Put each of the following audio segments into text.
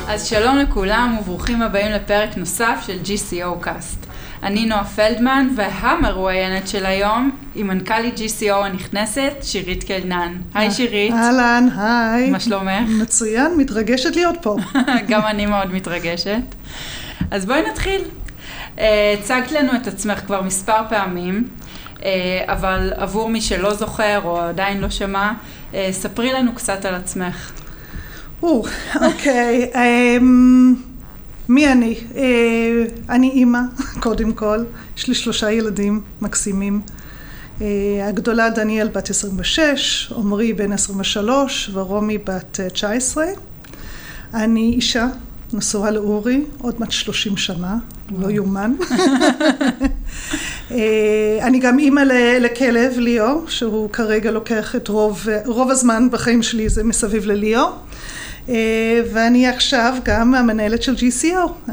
אז שלום לכולם וברוכים הבאים לפרק נוסף של GCO Cast. אני נועה פלדמן והמרואיינת של היום היא מנכ"לית GCO הנכנסת, שירית קלנן. היי שירית. אהלן, היי. מה שלומך? מצוין, מתרגשת להיות פה. גם אני מאוד מתרגשת. אז בואי נתחיל. הצגת לנו את עצמך כבר מספר פעמים, אבל עבור מי שלא זוכר או עדיין לא שמע, ספרי לנו קצת על עצמך. אוקיי, מי אני? אני אימא, קודם כל. יש לי 3 ילדים מקסימים. הגדולה דניאל בת 26, עומרי בן 23 ורומי בת 19. אני אישה, נשואה לאורי, עוד מעט 30 שנה, לא יומן. אני גם אימא לכלב, ליאו, שהוא כרגע לוקח את רוב הזמן בחיים שלי, זה מסביב לליאו. ואני עכשיו גם המנהלת של GCO.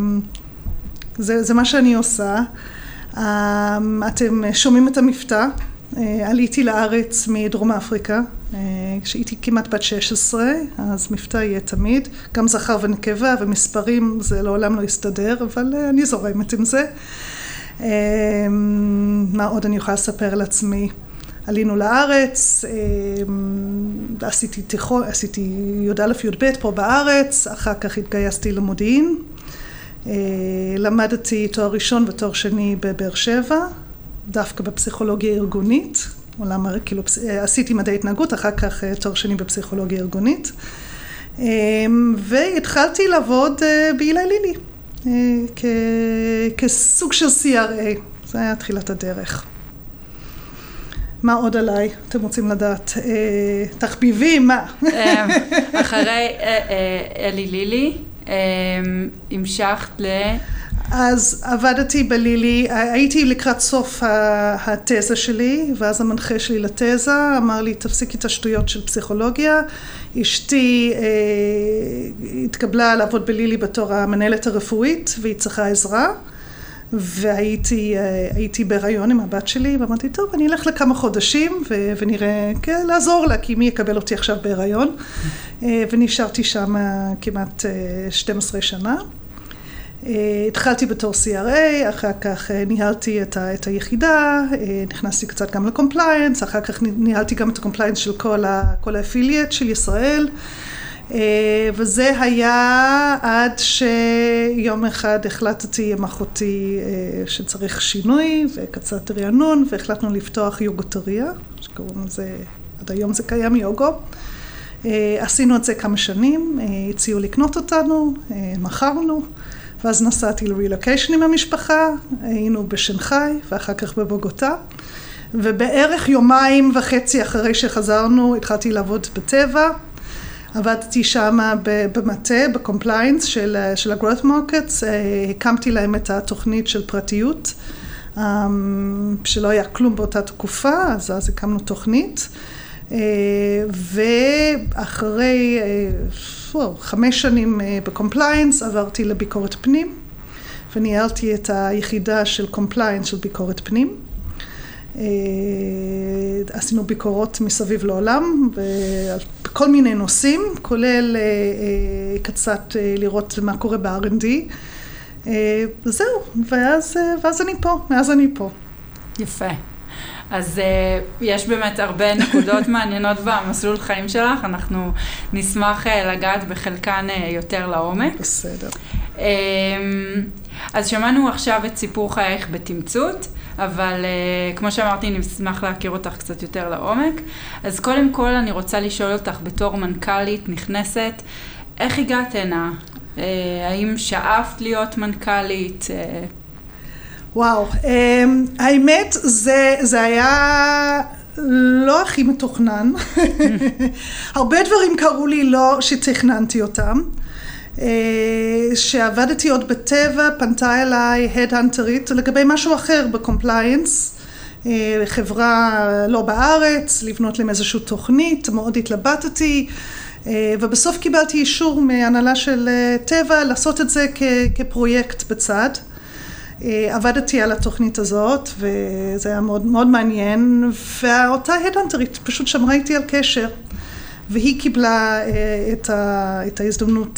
זה מה שאני עושה. אתם שומעים את המבטא. עליתי לארץ מדרום אפריקה, כשהייתי כמעט בת 16, אז מבטא יהיה תמיד. גם זכר ונקבה ומספרים, זה לעולם לא יסתדר, אבל אני זורמת עם זה. מה עוד אני יכולה לספר על עצמי? עלינו לארץ, עשיתי י"א י"ב פה בארץ, אחר כך התגייסתי למודיעין, למדתי תואר ראשון ותואר שני בבאר שבע, דווקא בפסיכולוגיה ארגונית, עשיתי מדעי התנהגות, אחר כך תואר שני בפסיכולוגיה ארגונית, והתחלתי לעבוד באילי לילי, כסוג של CRA, זה היה תחילת הדרך. מה עוד עליי? אתם רוצים לדעת? תחביבים, מה? אחרי אלי לילי, המשכת אז עבדתי בלילי, הייתי לקראת סוף התזה שלי, ואז המנחה שלי לתזה אמר לי, תפסיקי את השטויות של פסיכולוגיה. אשתי התקבלה לעבוד בלילי בתור המנהלת הרפואית, והיא צריכה עזרה. והייתי בהיריון עם הבת שלי, ואמרתי, טוב, אני אלך לכמה חודשים, ונראה, לעזור לה, כי מי יקבל אותי עכשיו בהיריון. ונשארתי שם כמעט 12 שנה. התחלתי בתור CRA, אחר כך ניהלתי את היחידה, נכנסתי קצת גם לקומפליינס, אחר כך ניהלתי גם את הקומפליינס של כל האפיליאט של ישראל, וזה היה עד שיום אחד החלטתי עם אחותי שצריך שינוי וקצת רענון, והחלטנו לפתוח יוגוטריה, שקוראים לזה, עד היום זה קיים יוגו. עשינו את זה כמה שנים, הציעו לקנות אותנו, מכרנו, ואז נסעתי לרילוקיישן עם המשפחה, היינו בשנגחאי ואחר כך בבוגוטה, ובערך 1.5 יום אחרי שחזרנו התחלתי לעבוד בטבע, עבדתי שם במטה, בקומפליינס של ה-growth markets, הקמתי להם את התוכנית של פרטיות, שלא היה כלום באותה תקופה, אז הקמנו תוכנית, ואחרי 5 שנים בקומפליינס עברתי לביקורת פנים, וניהלתי את היחידה של קומפליינס של ביקורת פנים. עשינו ביקורות מסביב לעולם, בכל מיני נושאים, כולל קצת לראות מה קורה ב-R&D. וזהו, ואז אני פה. יפה. אז יש באמת הרבה נקודות מעניינות במסלול חיים שלך, אנחנו נשמח לגעת בחלקן יותר לעומק. בסדר. אז שמענו עכשיו את סיפור חייך בתמצות, אבל כמו שאמרתי, נשמח להכיר אותך קצת יותר לעומק. אז קודם כל אני רוצה לשאול אותך בתור מנכ"לית נכנסת, איך הגעת הנה? האם שאפת להיות מנכ"לית? וואו, האמת זה היה לא הכי מתוכנן. הרבה דברים קרו לי לא שתכננתי אותם. שעבדתי עוד בטבע, פנתה אליי הדהנטרית לגבי משהו אחר בקומפליינס, חברה לא בארץ, לבנות להם איזושהי תוכנית, מאוד התלבטתי, ובסוף קיבלתי אישור מהנהלה של טבע לעשות את זה כפרויקט בצד. עבדתי על התוכנית הזאת, וזה היה מאוד, מאוד מעניין, ואותה הדהנטרית פשוט שמרה איתי על קשר. והיא קיבלה את ההזדמנות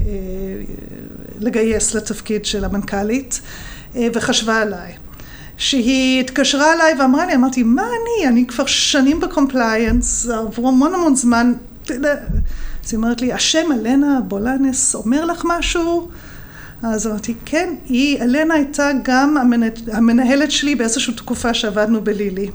לגייס לתפקיד של המנכ"לית, וחשבה עליי. שהיא התקשרה עליי ואמרה לי, אמרתי, מה אני כבר שנים בקומפליינס, עברו המון זמן, אז היא אומרת לי, השם אלנה בולנס אומר לך משהו? אז אמרתי, כן, אלנה הייתה גם המנהלת שלי באיזושהי תקופה שעבדנו בלילי.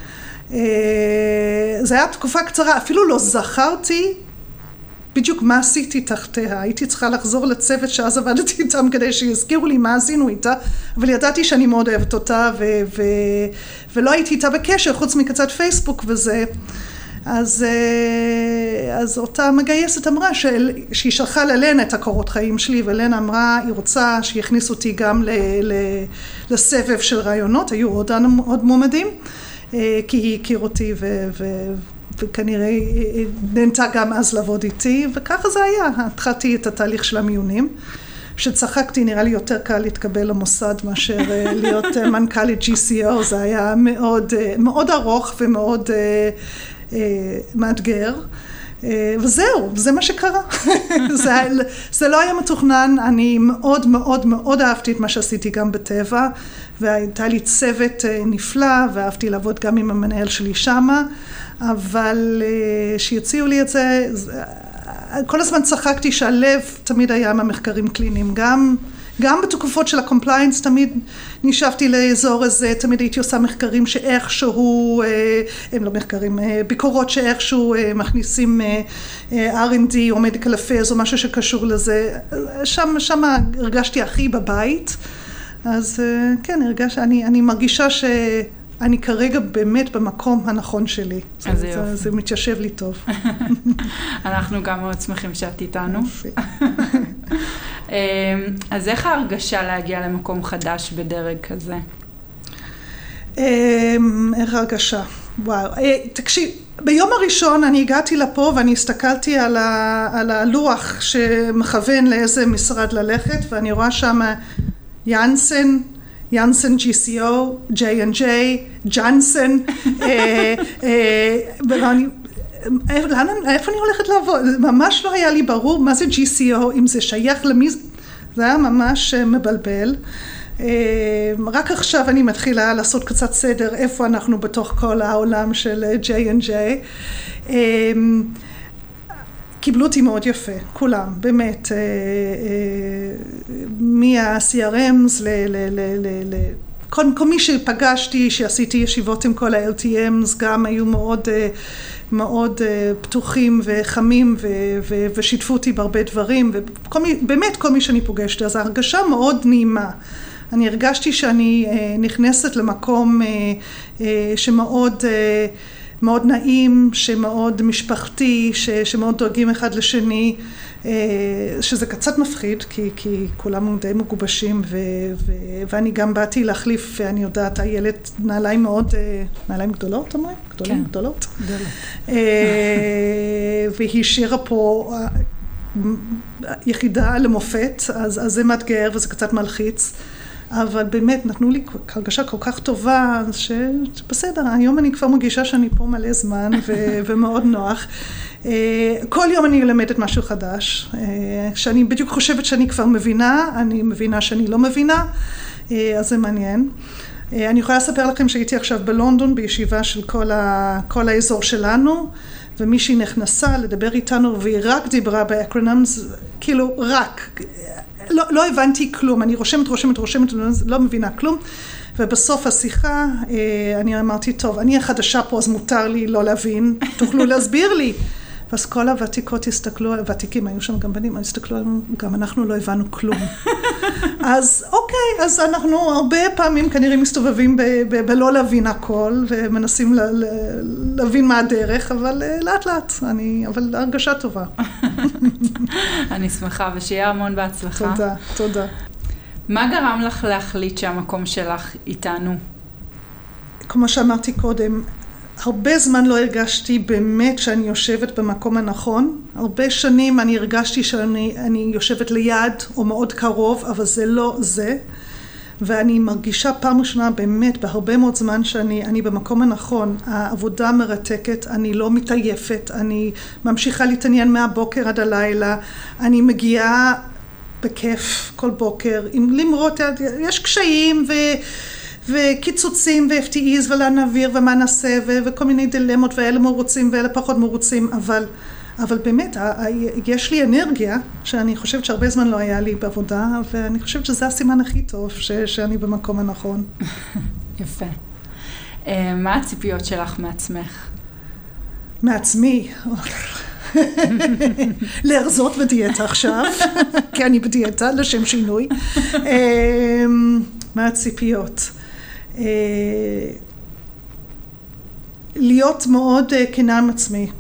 זו הייתה תקופה קצרה, אפילו לא זכרתי בדיוק מה עשיתי תחתיה. הייתי צריכה לחזור לצוות שאז עבדתי איתם כדי שיזכירו לי מה עשינו איתה, אבל ידעתי שאני מאוד אוהבת אותה, ולא הייתי איתה בקשר, חוץ מקצת פייסבוק וזה. אז אותה מגייסת אמרה שהיא שלחה ללנה את הקורות חיים שלי, ולנה אמרה, היא רוצה שיכניס אותי גם לסבב של רעיונות, היו עוד מועמדים, כי היא הכיר אותי וכנראה נהנתה גם אז לעבוד איתי, וככה זה היה. התחלתי את התהליך של המיונים, שצחקתי, נראה לי יותר קל להתקבל למוסד מאשר להיות מנכ"לית GCO, זה היה מאוד ארוך ומאוד מאתגר, וזהו, זה מה שקרה. זה לא היה מתוכנן, אני מאוד אהבתי את מה שעשיתי גם בטבע, והייתה לי צוות נפלא, ואהבתי לעבוד גם עם המנהל שלי שמה, אבל שיציעו לי את זה, כל הזמן צחקתי שהלב תמיד היה מהמחקרים קליניים, גם בתקופות של הקומפליינס תמיד נשאפתי לאזור הזה, תמיד הייתי עושה מחקרים שאיכשהו, הם לא מחקרים, ביקורות שאיכשהו מכניסים R&D או Medical Affairs או משהו שקשור לזה, שם הרגשתי הכי בבית, אז כן, אני מרגישה שאני כרגע באמת במקום הנכון שלי, זה מתיישב לי טוב. אנחנו גם מאוד שמחים שאת איתנו. אז איך ההרגשה להגיע למקום חדש בדרג כזה? איך ההרגשה? וואו. תקשיב, ביום הראשון אני הגעתי לפה ואני הסתכלתי על הלוח שמכוון לאיזה משרד ללכת, ואני רואה שם יאנסן GCO, J&J, ג'אנסן, איפה אני הולכת לעבוד? ממש לא היה לי ברור מה זה GCO, אם זה שייך למי, זה היה ממש מבלבל. רק עכשיו אני מתחילה לעשות קצת סדר איפה אנחנו בתוך כל העולם של J&J. קיבלו אותי מאוד יפה, כולם, באמת, מה-CRMs כל מי שפגשתי, שעשיתי ישיבות עם כל ה-LTMs, גם היו מאוד פתוחים וחמים ושיתפו אותי בהרבה דברים, ובאמת כל מי שאני פוגשת, אז ההרגשה מאוד נעימה. אני הרגשתי שאני נכנסת למקום שמאוד מאוד נעים, שמאוד משפחתי, שמאוד דואגים אחד לשני, שזה קצת מפחיד, כי כולם די מגובשים, ואני גם באתי להחליף, אני יודעת, הילד נעליים גדולות, אומרים? גדולות? והיא השאירה פה יחידה למופת, אז זה מאתגר וזה קצת מלחיץ, אבל באמת נתנו לי הרגשה כל כך טובה, שבסדר, היום אני כבר מרגישה שאני פה מלא זמן ומאוד נוח. כל יום אני למדת משהו חדש, שאני בדיוק חושבת שאני כבר מבינה, אני מבינה שאני לא מבינה, אז זה מעניין. אני יכולה לספר לכם שהייתי עכשיו בלונדון בישיבה של כל האזור שלנו, ומישהי נכנסה לדבר איתנו והיא רק דיברה באקרונומס, כאילו רק, לא הבנתי כלום, אני רושמת, לא מבינה כלום, ובסוף השיחה אני אמרתי, טוב, אני החדשה פה אז מותר לי לא להבין, תוכלו להסביר לי. ואז כל הוותיקות הסתכלו, הוותיקים היו שם גם בנים, הסתכלו עלינו, גם אנחנו לא הבנו כלום. אז אוקיי, אז אנחנו הרבה פעמים כנראה מסתובבים בלא להבין הכל, ומנסים להבין מה הדרך, אבל לאט לאט, אבל הרגשה טובה. אני שמחה, ושיהיה המון בהצלחה. תודה. מה גרם לך להחליט שהמקום שלך איתנו? כמו שאמרתי קודם, הרבה זמן לא הרגשתי באמת שאני יושבת במקום הנכון. הרבה שנים אני הרגשתי שאני יושבת ליד או מאוד קרוב, אבל זה לא זה. ואני מרגישה פעם ראשונה באמת בהרבה מאוד זמן שאני במקום הנכון. העבודה מרתקת, אני לא מתעייפת, אני ממשיכה להתעניין מהבוקר עד הלילה, אני מגיעה בכיף כל בוקר, למרות, יש קשיים וקיצוצים ו-FTEs ולאן נעביר ומה נעשה וכל מיני דילמות, ואלה מרוצים ואלה פחות מרוצים, אבל באמת, יש לי אנרגיה שאני חושבת שהרבה זמן לא היה לי בעבודה, ואני חושבת שזה הסימן הכי טוב שאני במקום הנכון. יפה. מה הציפיות שלך מעצמך? מעצמי? להרזות בדיאטה עכשיו, כי אני בדיאטה לשם שינוי. מה הציפיות? להיות מאוד כנה עם עצמי.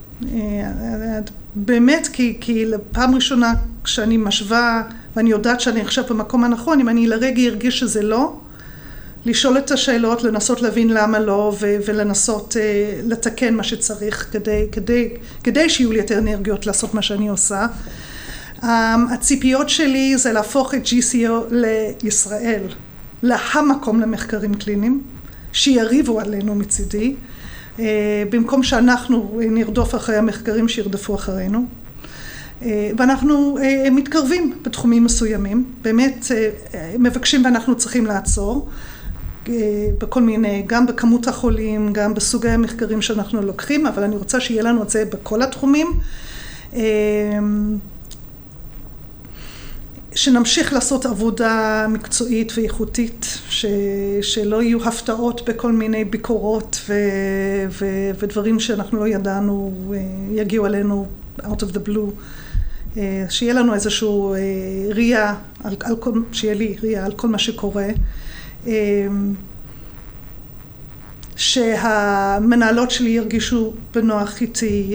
באמת, כי לפעם ראשונה כשאני משווה, ואני יודעת שאני עכשיו במקום הנכון, אם אני לרגע ארגיש שזה לא, לשאול את השאלות, לנסות להבין למה לא, ולנסות לתקן מה שצריך, כדי שיהיו לי יותר אנרגיות לעשות מה שאני עושה. הציפיות שלי זה להפוך את GCO לישראל, להמקום למחקרים קליניים, שיריבו עלינו מצידי, במקום שאנחנו נרדוף אחרי המחקרים שירדפו אחרינו. ואנחנו מתקרבים בתחומים מסוימים, באמת מבקשים ואנחנו צריכים לעצור, בכל מיני, גם בכמות החולים, גם בסוגי המחקרים שאנחנו לוקחים, אבל אני רוצה שיהיה לנו את זה בכל התחומים. שנמשיך לעשות עבודה מקצועית ואיכותית, שלא יהיו הפתעות בכל מיני ביקורות ודברים שאנחנו לא ידענו, יגיעו עלינו out of the blue. שיהיה לנו איזשהו ראייה, שיהיה לי ראייה על כל מה שקורה. שהמנהלות שלי ירגישו בנוח איתי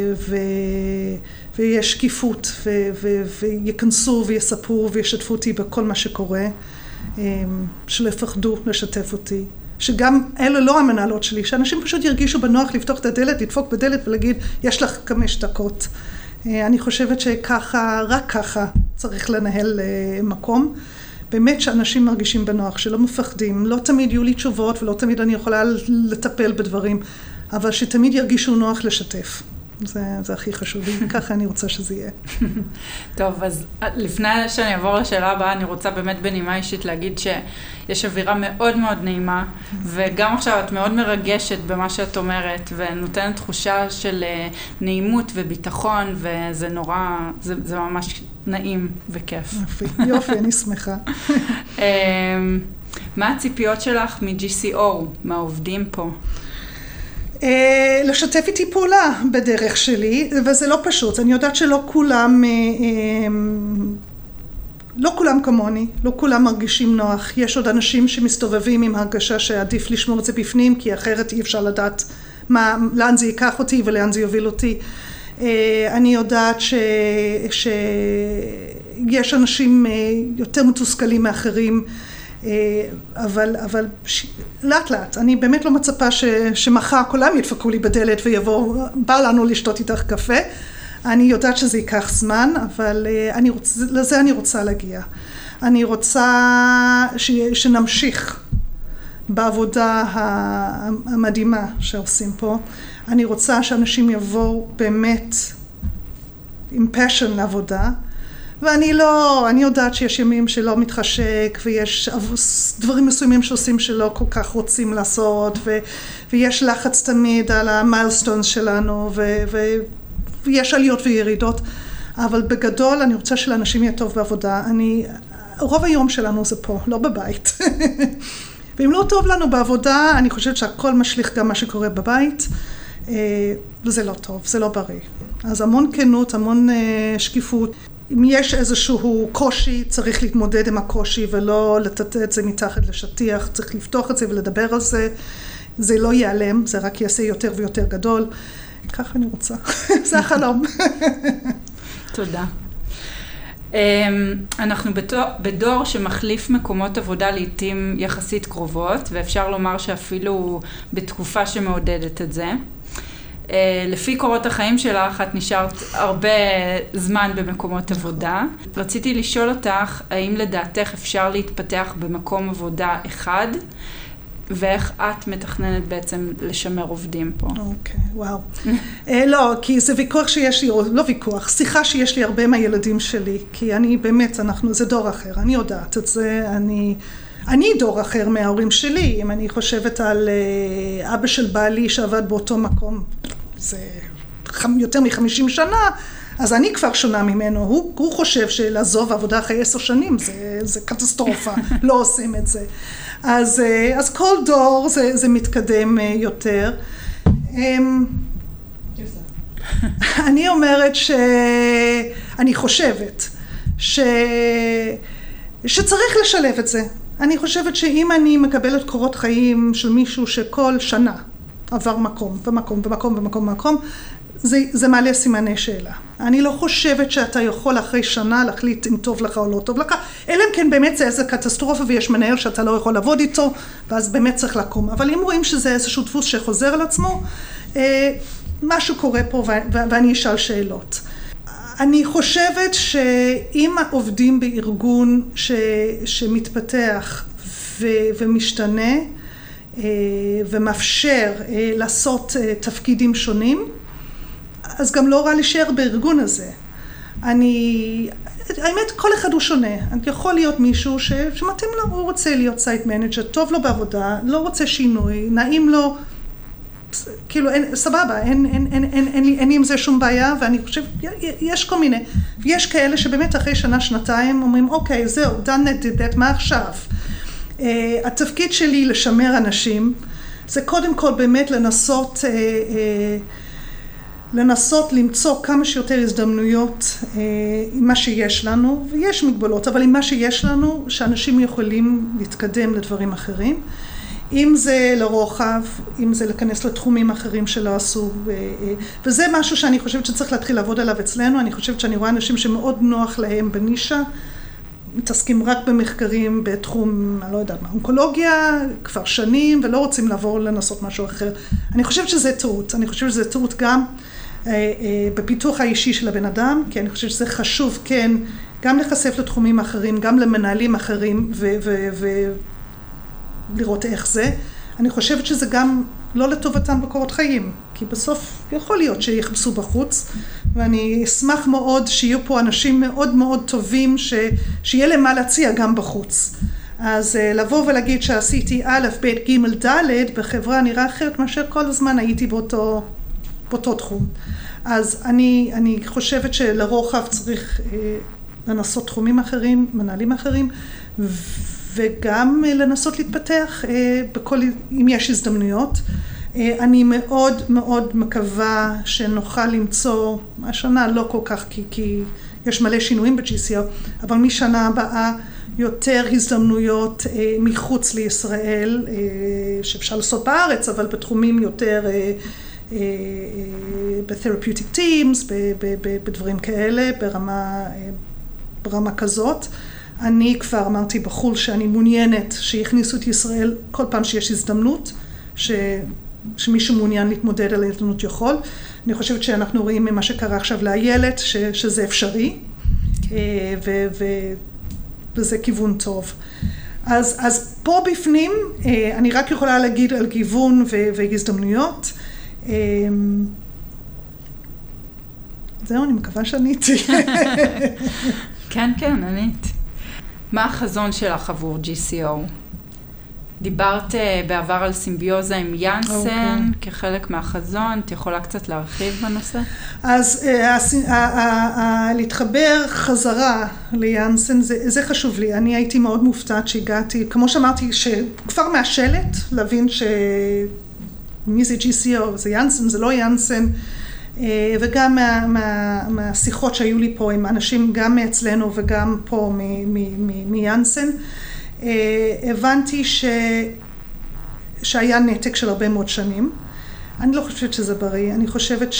ויש שקיפות ויקנסו ויספרו וישתפו אותי בכל מה שקורה, שלא יפחדו לשתף אותי. שגם אלה לא המנהלות שלי, שאנשים פשוט ירגישו בנוח לפתוח את הדלת, לדפוק בדלת ולהגיד, יש לך 5 דקות. אני חושבת שככה, רק ככה צריך לנהל מקום. באמת שאנשים מרגישים בנוח, שלא מפחדים, לא תמיד יהיו לי תשובות ולא תמיד אני יכולה לטפל בדברים, אבל שתמיד ירגישו נוח לשתף. זה הכי חשוב, ככה אני רוצה שזה יהיה. טוב, אז לפני שאני אעבור לשאלה הבאה, אני רוצה באמת בנימה אישית להגיד שיש אווירה מאוד מאוד נעימה, וגם עכשיו את מאוד מרגשת במה שאת אומרת, ונותנת תחושה של נעימות וביטחון, וזה נורא, זה ממש נעים וכיף. יופי, אני שמחה. מה הציפיות שלך מ-GCO, מהעובדים פה? לשתף איתי פעולה בדרך שלי, וזה לא פשוט. אני יודעת שלא כולם, לא כולם כמוני, לא כולם מרגישים נוח. יש עוד אנשים שמסתובבים עם הרגשה שעדיף לשמור את זה בפנים, כי אחרת אי אפשר לדעת לאן זה ייקח אותי ולאן זה יוביל אותי. אני יודעת שיש אנשים יותר מתוסכלים מאחרים, אבל לאט לאט, אני באמת לא מצפה שמחר כולם ידפקו לי בדלת ויבואו, בא לנו לשתות איתך קפה. אני יודעת שזה ייקח זמן, אבל לזה אני רוצה להגיע. אני רוצה שנמשיך בעבודה המדהימה שעושים פה. אני רוצה שאנשים יבואו באמת עם passion לעבודה, אני יודעת שיש ימים שלא מתחשק, ויש דברים מסוימים שעושים שלא כל כך רוצים לעשות, ויש לחץ תמיד על המיילסטונס שלנו, ויש עליות וירידות, אבל בגדול אני רוצה שלאנשים יהיה טוב בעבודה. רוב היום שלנו זה פה, לא בבית. ואם לא טוב לנו בעבודה, אני חושבת שהכל משליך גם מה שקורה בבית, וזה לא טוב, זה לא בריא. אז המון כנות, המון שקיפות. אם יש איזשהו קושי, צריך להתמודד עם הקושי ולא לטאטא את זה מתחת לשטיח, צריך לפתוח את זה ולדבר על זה. זה לא ייעלם, זה רק יעשה יותר ויותר גדול. ככה אני רוצה, זה החלום. תודה. אנחנו בדור שמחליף מקומות עבודה לעתים יחסית קרובות, ואפשר לומר שאפילו בתקופה שמעודדת את זה. לפי קורות החיים שלך, את נשארת הרבה זמן במקומות עבודה. רציתי לשאול אותך, האם לדעתך אפשר להתפתח במקום עבודה אחד, ואיך את מתכננת בעצם לשמר עובדים פה? אוקיי, וואו. לא, כי זה ויכוח שיש לי, או לא ויכוח, שיחה שיש לי הרבה מהילדים שלי, כי אני באמת, זה דור אחר, אני יודעת את זה, אני דור אחר מההורים שלי, אם אני חושבת על אבא של בעלי שעבד באותו מקום, זה יותר מ-50 שנה, אז אני כבר שונה ממנו, הוא חושב שלעזוב עבודה אחרי 10 שנים, זה קטסטרופה, לא עושים את זה. אז כל דור זה מתקדם יותר. אני אומרת שאני חושבת שצריך לשלב את זה. אני חושבת שאם אני מקבלת קורות חיים של מישהו שכל שנה עבר מקום ומקום ומקום ומקום ומקום, זה מעלה סימני שאלה. אני לא חושבת שאתה יכול אחרי שנה להחליט אם טוב לך או לא טוב לך, אלא אם כן באמת זה איזה קטסטרופה ויש מנהל שאתה לא יכול לעבוד איתו, ואז באמת צריך לקום. אבל אם רואים שזה איזשהו דפוס שחוזר על עצמו, משהו קורה פה ואני אשאל שאלות. אני חושבת שאם העובדים בארגון שמתפתח ומשתנה ומאפשר לעשות תפקידים שונים, אז גם לא רע להישאר בארגון הזה. האמת, כל אחד הוא שונה. יכול להיות מישהו שמתאים לו, הוא רוצה להיות סייט מנג'ר, טוב לו בעבודה, לא רוצה שינוי, נעים לו, כאילו, סבבה, אין לי עם זה שום בעיה, ואני חושב, יש כל מיני, ויש כאלה שבאמת אחרי שנה, שנתיים, אומרים, אוקיי, זהו, done that, מה עכשיו? התפקיד שלי לשמר אנשים, זה קודם כל באמת לנסות למצוא כמה שיותר הזדמנויות עם מה שיש לנו, ויש מגבלות, אבל עם מה שיש לנו, שאנשים יכולים להתקדם לדברים אחרים. אם זה לרוחב, אם זה להיכנס לתחומים אחרים שלא עשו, וזה משהו שאני חושבת שצריך להתחיל לעבוד עליו אצלנו. אני חושבת שאני רואה אנשים שמאוד נוח להם בנישה, מתעסקים רק במחקרים בתחום, אני לא יודעת מה, אונקולוגיה, כבר שנים, ולא רוצים לעבור לנסות משהו אחר. אני חושבת שזה טעות. אני חושבת שזה טעות גם בפיתוח האישי של הבן אדם, כי אני חושבת שזה חשוב, כן, גם לחשף לתחומים אחרים, גם למנהלים אחרים, לראות איך זה. אני חושבת שזה גם לא לטובתם בקורות חיים, כי בסוף יכול להיות שיחפשו בחוץ, ואני אשמח מאוד שיהיו פה אנשים מאוד מאוד טובים, שיהיה להם מה להציע גם בחוץ. אז לבוא ולהגיד שעשיתי א', ב', ג', ד', בחברה נראה אחרת מאשר כל הזמן הייתי באותו תחום. אז אני חושבת שלרוחב צריך לנסות תחומים אחרים, מנהלים אחרים, וגם לנסות להתפתח אם יש הזדמנויות. אני מאוד מאוד מקווה שנוכל למצוא, השנה לא כל כך כי יש מלא שינויים ב-GCO, אבל משנה הבאה יותר הזדמנויות מחוץ לישראל, שאפשר לעשות בארץ, אבל בתחומים יותר ב-therapeutic teams, בדברים כאלה, ברמה כזאת. אני כבר אמרתי בחול שאני מעוניינת שיכניסו את ישראל כל פעם שיש הזדמנות, שמישהו מעוניין להתמודד על ההזדמנות יכול. אני חושבת שאנחנו רואים ממה שקרה עכשיו לאיילת, שזה אפשרי, וזה כיוון טוב. אז פה בפנים, אני רק יכולה להגיד על גיוון והזדמנויות. זהו, אני מקווה שעניתי. כן, ענית. מה החזון שלך עבור GCO? דיברת בעבר על סימביוזה עם יאנסן כחלק מהחזון, את יכולה קצת להרחיב בנושא? אז להתחבר חזרה ליאנסן, זה חשוב לי. אני הייתי מאוד מופתעת שהגעתי, כמו שאמרתי, שכבר מהשלט, להבין מי זה GCO, זה יאנסן, זה לא יאנסן, וגם מהשיחות שהיו לי פה עם אנשים גם מאצלנו וגם פה מיאנסן, הבנתי שהיה נתק של הרבה מאוד שנים. אני לא חושבת שזה בריא, אני חושבת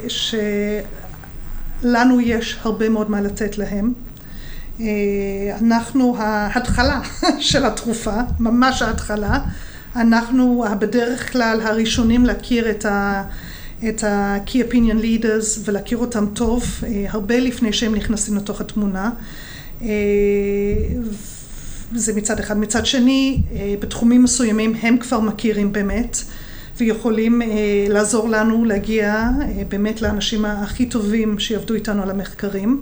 שלנו יש הרבה מאוד מה לתת להם. אנחנו ההתחלה של התרופה, ממש ההתחלה. אנחנו בדרך כלל הראשונים להכיר את ה-Key Opinion Leaders ולהכיר אותם טוב, הרבה לפני שהם נכנסים לתוך התמונה. זה מצד אחד. מצד שני, בתחומים מסוימים הם כבר מכירים באמת, ויכולים לעזור לנו להגיע באמת לאנשים הכי טובים שיעבדו איתנו על המחקרים.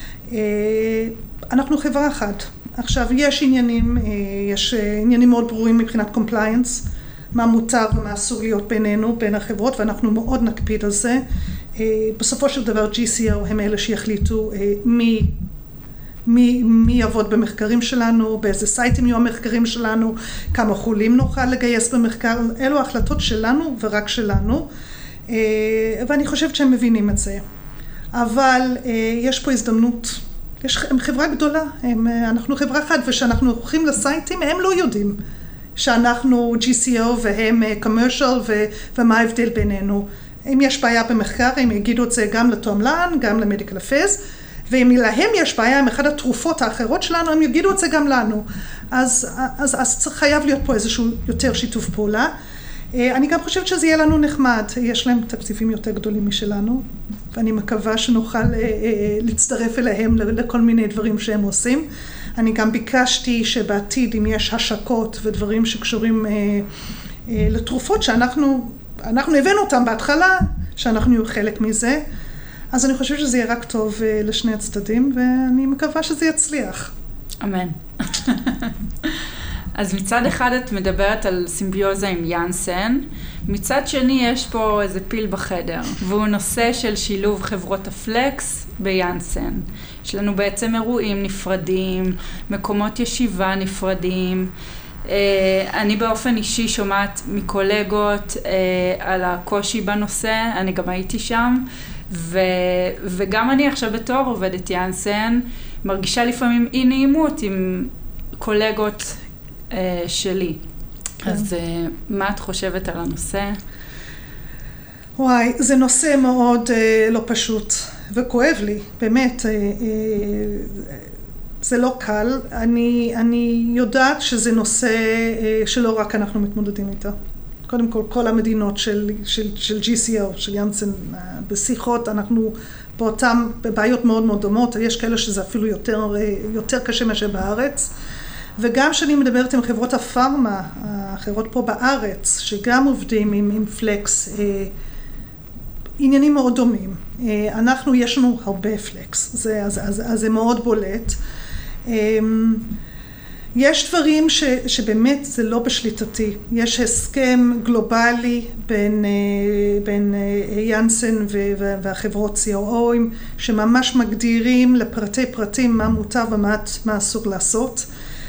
אנחנו חברה אחת. עכשיו, יש עניינים מאוד ברורים מבחינת compliance, מה מותר ומה אסור להיות בינינו, בין החברות, ואנחנו מאוד נקפיד על זה. בסופו של דבר GCO הם אלה שיחליטו מי יעבוד במחקרים שלנו, באיזה סייטים יהיו המחקרים שלנו, כמה חולים נוכל לגייס במחקר, אלו ההחלטות שלנו ורק שלנו, ואני חושבת שהם מבינים את זה. אבל יש פה הזדמנות, הם חברה גדולה, אנחנו חברה אחת, ושאנחנו הולכים לסייטים, הם לא יודעים שאנחנו GCO והם commercial ומה ההבדל בינינו. אם יש בעיה במחקר, הם יגידו את זה גם לתועמלן, גם למדיקל אפיירס, ואם להם יש בעיה עם אחד התרופות האחרות שלנו, הם יגידו את זה גם לנו. אז חייב להיות פה איזשהו יותר שיתוף פעולה. אני גם חושבת שזה יהיה לנו נחמד. יש להם תקציבים יותר גדולים משלנו, ואני מקווה שנוכל להצטרף אליהם לכל מיני דברים שהם עושים. אני גם ביקשתי שבעתיד, אם יש השקות ודברים שקשורים לתרופות, שאנחנו הבאנו אותם בהתחלה, שאנחנו יהיו חלק מזה, אז אני חושבת שזה יהיה רק טוב לשני הצדדים, ואני מקווה שזה יצליח. אמן. אז מצד אחד את מדברת על סימביוזה עם יאנסן, מצד שני יש פה איזה פיל בחדר, והוא נושא של שילוב חברות הפלקס ביאנסן. יש לנו בעצם אירועים נפרדים, מקומות ישיבה נפרדים. אני באופן אישי שומעת מקולגות על הקושי בנושא, אני גם הייתי שם, וגם אני עכשיו בתור עובדת יאנסן, מרגישה לפעמים אי נעימות עם קולגות שלי. כן. אז מה את חושבת על הנושא? וואי, זה נושא מאוד לא פשוט וכואב לי, באמת. זה לא קל. אני יודעת שזה נושא שלא רק אנחנו מתמודדים איתו. קודם כל, כל המדינות של GCO, של יאנסן, בשיחות, אנחנו בבעיות מאוד מאוד דומות. יש כאלה שזה אפילו יותר קשה מאשר בארץ. וגם שאני מדברת עם חברות הפארמה, החברות פה בארץ, שגם עובדים עם פלקס, עניינים מאוד דומים. יש לנו הרבה פלקס, אז זה מאוד בולט. יש דברים שבאמת זה לא בשליטתי. יש הסכם גלובלי בין יאנסן והחברות COO'ים, שממש מגדירים לפרטי פרטים מה מותר ומה אסור לעשות.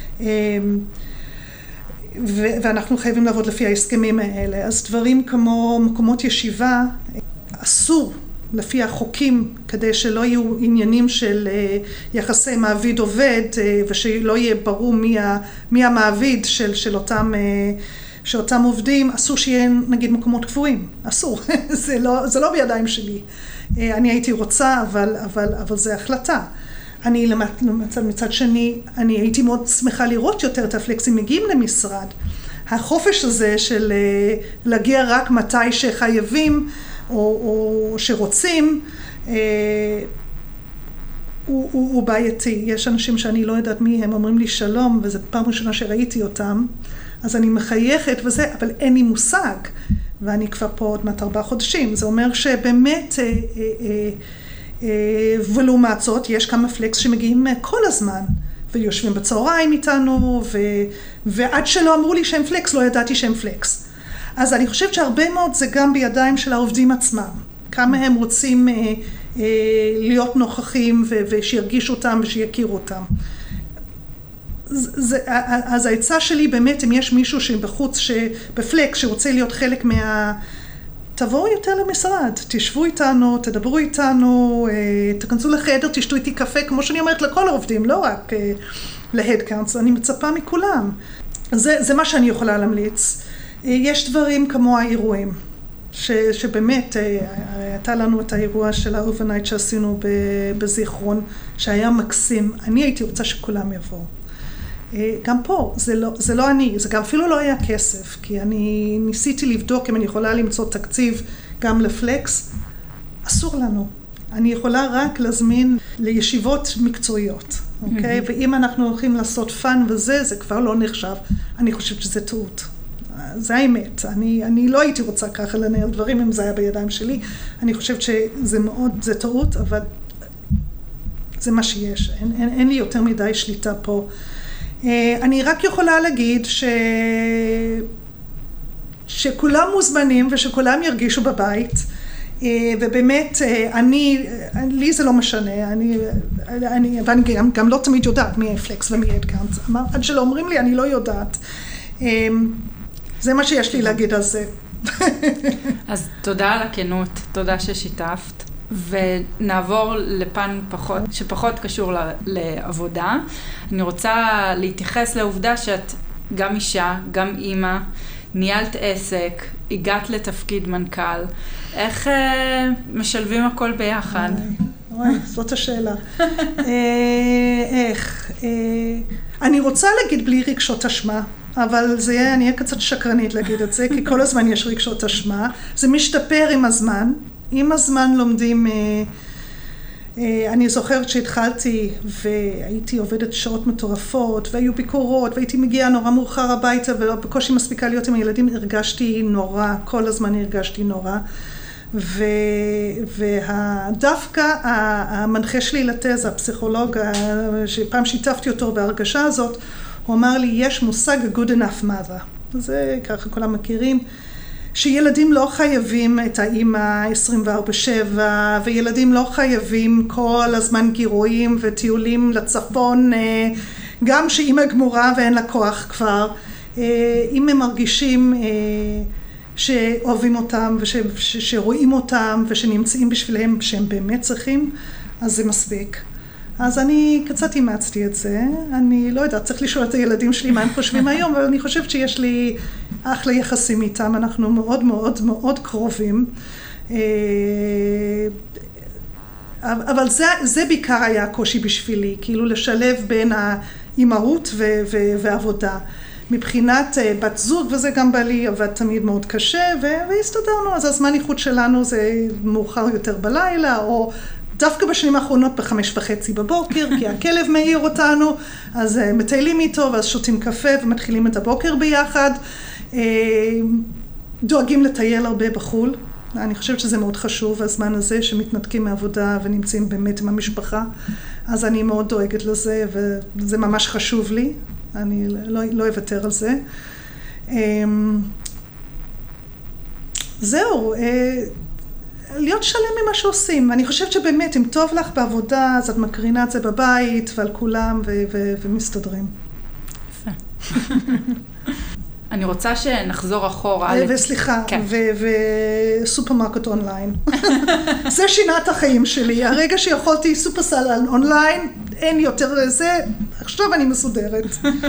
ואנחנו חייבים לעבוד לפי ההסכמים האלה. אז דברים כמו מקומות ישיבה אסור לפי החוקים, כדי שלא יהיו עניינים של יחסי מעביד עובד, ושלא יהיה ברור מי המעביד של אותם עובדים. אסור שיהיה נגיד מקומות קבועים, אסור. זה לא בידיים שלי. אני הייתי רוצה, אבל זה החלטה. אני מצד שני, אני הייתי מאוד שמחה לראות יותר את הפלקסים מגיעים למשרד. החופש הזה של להגיע רק מתי שחייבים או שרוצים, הוא בעייתי. יש אנשים שאני לא יודעת מי הם, אומרים לי שלום, וזו פעם ראשונה שראיתי אותם, אז אני מחייכת וזה, אבל אין לי מושג. ואני כבר פה עוד מעט 4 חודשים. זה אומר שבאמת ולעומת זאת, יש כמה פלקס שמגיעים כל הזמן, ויושבים בצהריים איתנו, ועד שלא אמרו לי שהם פלקס, לא ידעתי שהם פלקס. אז אני חושבת שהרבה מאוד זה גם בידיים של העובדים עצמם. כמה הם רוצים להיות נוכחים, ושירגישו אותם ושיכירו אותם. אז ההצעה שלי באמת, אם יש מישהו שבחוץ, בפלקס, שרוצה להיות חלק תבואו יותר למשרד, תשבו איתנו, תדברו איתנו, תכנסו לחדר, תשתו איתי קפה, כמו שאני אומרת לכל העובדים, לא רק להדקאונטס, אני מצפה מכולם. זה מה שאני יכולה להמליץ. יש דברים כמו האירועים, שבאמת הייתה לנו את האירוע של האוברנייט שעשינו בזיכרון, שהיה מקסים. אני הייתי רוצה שכולם יבואו. גם פה, זה לא אני, זה גם אפילו לא היה כסף, כי אני ניסיתי לבדוק אם אני יכולה למצוא תקציב גם לפלקס, אסור לנו. אני יכולה רק להזמין לישיבות מקצועיות, אוקיי? ואם אנחנו הולכים לעשות פן וזה, זה כבר לא נחשב. אני חושבת שזה טעות. זה האמת. אני לא הייתי רוצה ככה לנהל דברים אם זה היה בידיים שלי. אני חושבת שזה מאוד, זה טעות, אבל זה מה שיש. אין לי יותר מדי שליטה פה. אני רק יכולה להגיד שכולם מוזמנים ושכולם ירגישו בבית. ובאמת, לי זה לא משנה, ואני גם לא תמיד יודעת מי פלקס ומי אדגאנס. עד שלא אומרים לי, אני לא יודעת. זה מה שיש לי להגיד על זה. אז תודה על הכנות, תודה ששיתפת. ונעבור לפן שפחות קשור לעבודה. אני רוצה להתייחס לעובדה שאת גם אישה, גם אימא, ניהלת עסק, הגעת לתפקיד מנכ"ל. איך משלבים הכל ביחד? וואי, זאת השאלה. איך? אני רוצה להגיד בלי רגשות אשמה, אבל אני אהיה קצת שקרנית להגיד את זה, כי כל הזמן יש רגשות אשמה. זה משתפר עם הזמן. עם הזמן לומדים, אני זוכרת שהתחלתי והייתי עובדת שעות מטורפות, והיו ביקורות, והייתי מגיעה נורא מאוחר הביתה, ובקושי מספיקה להיות עם הילדים, הרגשתי נורא, כל הזמן הרגשתי נורא. ודווקא המנחה שלי לתזה, הפסיכולוג, שפעם שיתפתי אותו בהרגשה הזאת, הוא אמר לי, יש מושג good enough mother. זה ככה כולם מכירים. שילדים לא חייבים את האמא 24/7, וילדים לא חייבים כל הזמן גירויים וטיולים לצפון, גם שאמא גמורה ואין לה כוח כבר. אם הם מרגישים שאוהבים אותם ושרואים אותם ושנמצאים בשבילם שהם באמת צריכים, אז זה מספיק. אז אני קצת אימצתי את זה. אני לא יודעת, צריך לשאול את הילדים שלי מה הם חושבים היום, אבל אני חושבת שיש לי אחלה יחסים איתם, אנחנו מאוד מאוד מאוד קרובים. אבל זה בעיקר היה קושי בשבילי, כאילו לשלב בין האימהות ועבודה. מבחינת בת זוג, וזה גם בעלי עבד תמיד מאוד קשה, והסתדרנו. אז הזמן איכות שלנו זה מאוחר יותר בלילה, או דווקא בשנים האחרונות 5:30 בבוקר, כי הכלב מעיר אותנו, אז מטיילים איתו, ואז שותים קפה ומתחילים את הבוקר ביחד. דואגים לטייל הרבה בחול. אני חושבת שזה מאוד חשוב, הזמן הזה שמתנתקים מעבודה ונמצאים באמת עם המשפחה. אז אני מאוד דואגת לזה, וזה ממש חשוב לי. אני לא אוותר על זה. זהו, להיות שלם ממה שעושים. אני חושבת שבאמת, אם טוב לך בעבודה, אז את מקרינה את זה בבית ועל כולם ומסתדרים. יפה. אני רוצה שנחזור אחורה. וסליחה, וסופרמרקט אונליין. זה שינה את החיים שלי. הרגע שיכולתי סופרסל אונליין, אין יותר לזה, עכשיו אני מסודרת.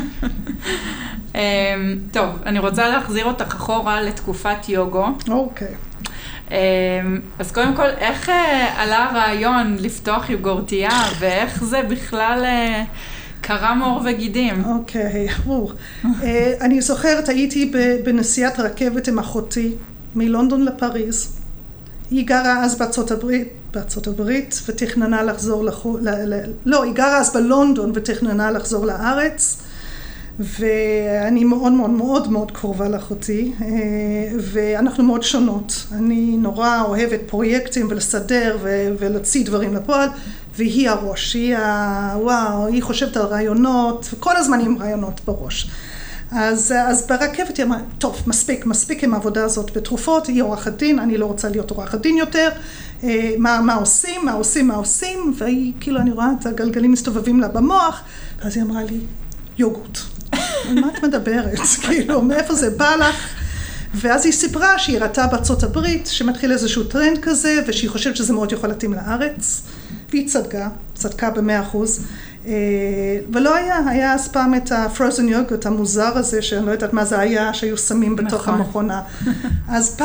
טוב, אני רוצה להחזיר אותך אחורה לתקופת יוגו. אוקיי. אז קודם כל, איך עלה הרעיון לפתוח יוגורטייה, ואיך זה בכלל קרה מעור וגידים? אוקיי, אני זוכרת, הייתי בנסיעת רכבת עם אחותי, מלונדון לפריז. היא גרה אז בארצות הברית, ותכננה לחזור לא, היא גרה אז בלונדון ותכננה לחזור לארץ, ואני מאוד מאוד מאוד מאוד קרובה לאחותי, ואנחנו מאוד שונות. אני נורא אוהבת פרויקטים ולסדר ולהוציא דברים לפועל, והיא הראש, היא חושבת על רעיונות, וכל הזמן עם רעיונות בראש. אז ברכבת היא אמרה, טוב, מספיק עם העבודה הזאת בתרופות, היא עורכת דין, אני לא רוצה להיות עורכת דין יותר, מה עושים, והיא, כאילו, אני רואה את הגלגלים מסתובבים לה במוח, ואז היא אמרה לי, יוגורט. על מה את מדברת? כאילו, מאיפה זה בא לך? ואז היא סיפרה שהיא ראתה בארצות הברית, שמתחיל איזשהו טרנד כזה, ושהיא חושבת שזה מאוד יכול להתאים לארץ, והיא צדקה ב100%. ולא היה אז פעם את הפרוזן יוגורט המוזר הזה, שאני לא יודעת מה זה היה, שהיו שמים בתוך המכונה. אז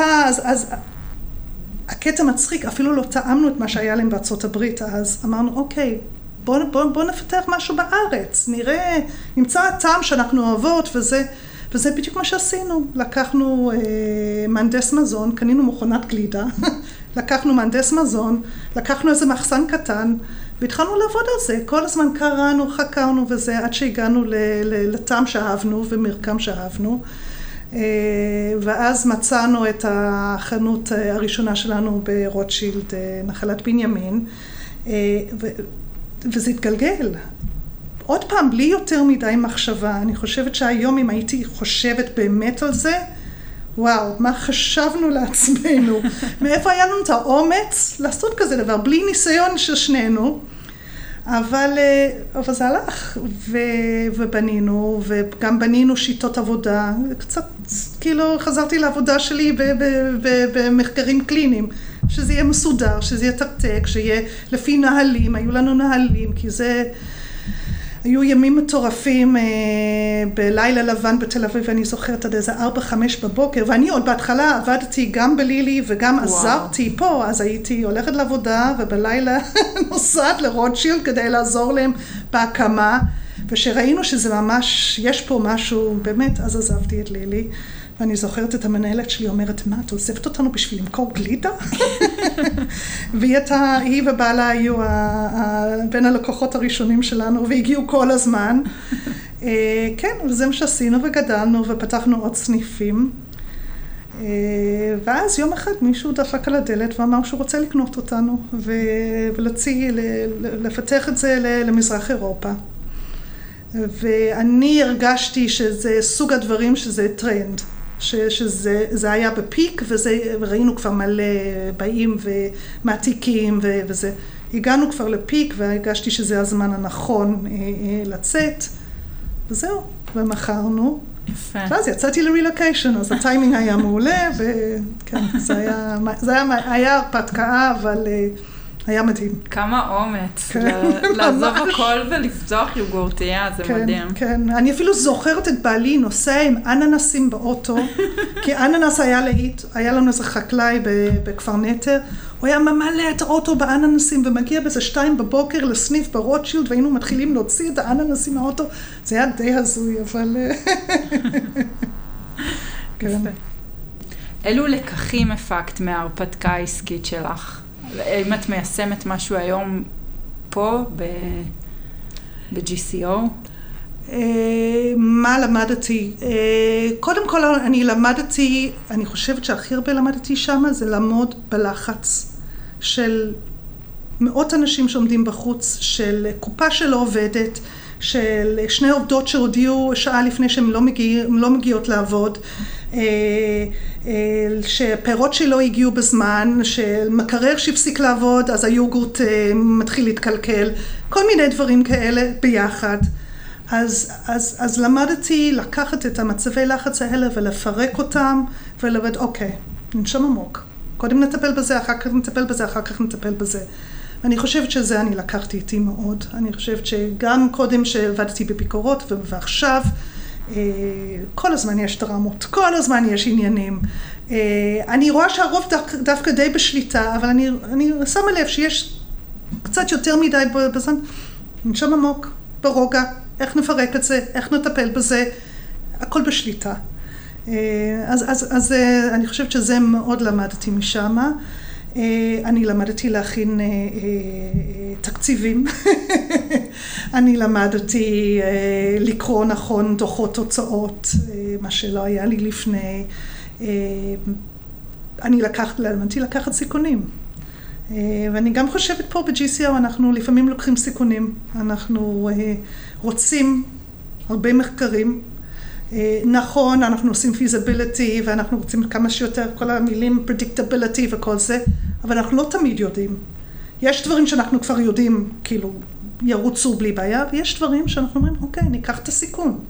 הקטע מצחיק, אפילו לא טעמנו את מה שהיה להם בארצות הברית, אז אמרנו, אוקיי, בוא נפתח משהו בארץ, נמצא הטעם שאנחנו אוהבות וזה, וזה בדיוק מה שעשינו. לקחנו מהנדס מזון, קנינו מכונת גלידה, לקחנו מהנדס מזון, לקחנו איזה מחסן קטן, והתחלנו לעבוד על זה. כל הזמן קראנו, חקרנו וזה, עד שהגענו לטעם שאהבנו ומרקם שאהבנו. ואז מצאנו את החנות הראשונה שלנו ברוטשילד, נחלת בנימין, וזה התגלגל. עוד פעם, בלי יותר מדי מחשבה. אני חושבת שהיום אם הייתי חושבת באמת על זה, וואו, מה חשבנו לעצמנו? מאיפה היה לנו את האומץ לעשות כזה דבר, בלי ניסיון של שנינו, אבל זה הלך, ובנינו, וגם בנינו שיטות עבודה, קצת כאילו חזרתי לעבודה שלי במחקרים קליניים, שזה יהיה מסודר, שזה יהיה תקתק, שיהיה לפי נהלים, היו לנו נהלים, כי זה... היו ימים מטורפים בלילה לבן בתל אביב, ואני זוכרת עד איזה 4-5 בבוקר, ואני עוד בהתחלה עבדתי גם בלילי וגם עזרתי פה, אז הייתי הולכת לעבודה ובלילה נוסעת לרוטשילד כדי לעזור להם בהקמה, ושראינו שזה ממש, יש פה משהו, באמת, אז עזבתי את לילי, ואני זוכרת את המנהלת שלי אומרת, מה, את עוזבת אותנו בשביל למכור גלידה? והיא ובעלה היו בין הלקוחות הראשונים שלנו, והגיעו כל הזמן. כן, וזה מה שעשינו וגדלנו, ופתחנו עוד סניפים. ואז יום אחד מישהו דפק על הדלת ואמר שהוא רוצה לקנות אותנו, ולפתח את זה למזרח אירופה. ואני הרגשתי שזה סוג הדברים שזה טרנד. שזה היה בפיק, וראינו כבר מלא באים ומעתיקים וזה. הגענו כבר לפיק והרגשתי שזה הזמן הנכון לצאת, וזהו, ומכרנו. יפה. ואז יצאתי לרילוקיישן, אז הטיימינג היה מעולה, וכן, זה היה הרפתקה, אבל היה מדהים. כמה אומץ, לעזוב הכל ולפתוח יוגורטייה, זה מדהים. כן, אני אפילו זוכרת את בעלי נוסע עם אננסים באוטו, כי אננס היה להיט, היה לנו איזה חקלאי בכפר נטר, הוא היה ממלא את האוטו באננסים, ומגיע באיזה 2 בבוקר לסניף ברוטשילד, והיינו מתחילים להוציא את האננסים מהאוטו, זה היה די הזוי, אבל... כן. אילו לקחים הפקת מההרפתקה העסקית שלך? אם את מיישמת משהו היום פה ב-GCO? מה למדתי? קודם כל אני חושבת שהכי הרבה למדתי שם זה לעמוד בלחץ של מאות אנשים שעומדים בחוץ, של קופה שלא עובדת, של 2 עובדות שהודיעו שעה לפני שהן לא מגיעות לעבוד, שפירות שלא הגיעו בזמן, שמקרר שהפסיק לעבוד, אז היוגורט מתחיל להתקלקל, כל מיני דברים כאלה ביחד. אז למדתי לקחת את המצבי לחץ האלה ולפרק אותם, ולבד, אוקיי, ננשום עמוק. קודם נטפל בזה, אחר כך נטפל בזה, אחר כך נטפל בזה. ואני חושבת שזה אני לקחתי איתי מאוד. אני חושבת שגם קודם שעבדתי בביקורות ועכשיו, כל הזמן יש דרמות, כל הזמן יש עניינים. אני רואה שהרוב דווקא די בשליטה, אבל אני שמה לב שיש קצת יותר מדי בזמן. נשם עמוק, ברוגע, איך נפרק את זה, איך נטפל בזה, הכל בשליטה. אז אני חושבת שזה מאוד למדתי משם. אני למדתי להכין תקציבים, אני למדתי לקרוא נכון דוחות תוצאות, מה שלא היה לי לפני, למדתי לקחת סיכונים. ואני גם חושבת פה ב-GCO אנחנו לפעמים לוקחים סיכונים, אנחנו רוצים הרבה מחקרים, נכון, אנחנו עושים feasibility ואנחנו רוצים כמה שיותר, כל המילים predictability וכל זה, אבל אנחנו לא תמיד יודעים. יש דברים שאנחנו כבר יודעים, כאילו, ירוצו בלי בעיה, ויש דברים שאנחנו אומרים, אוקיי, ניקח את הסיכון.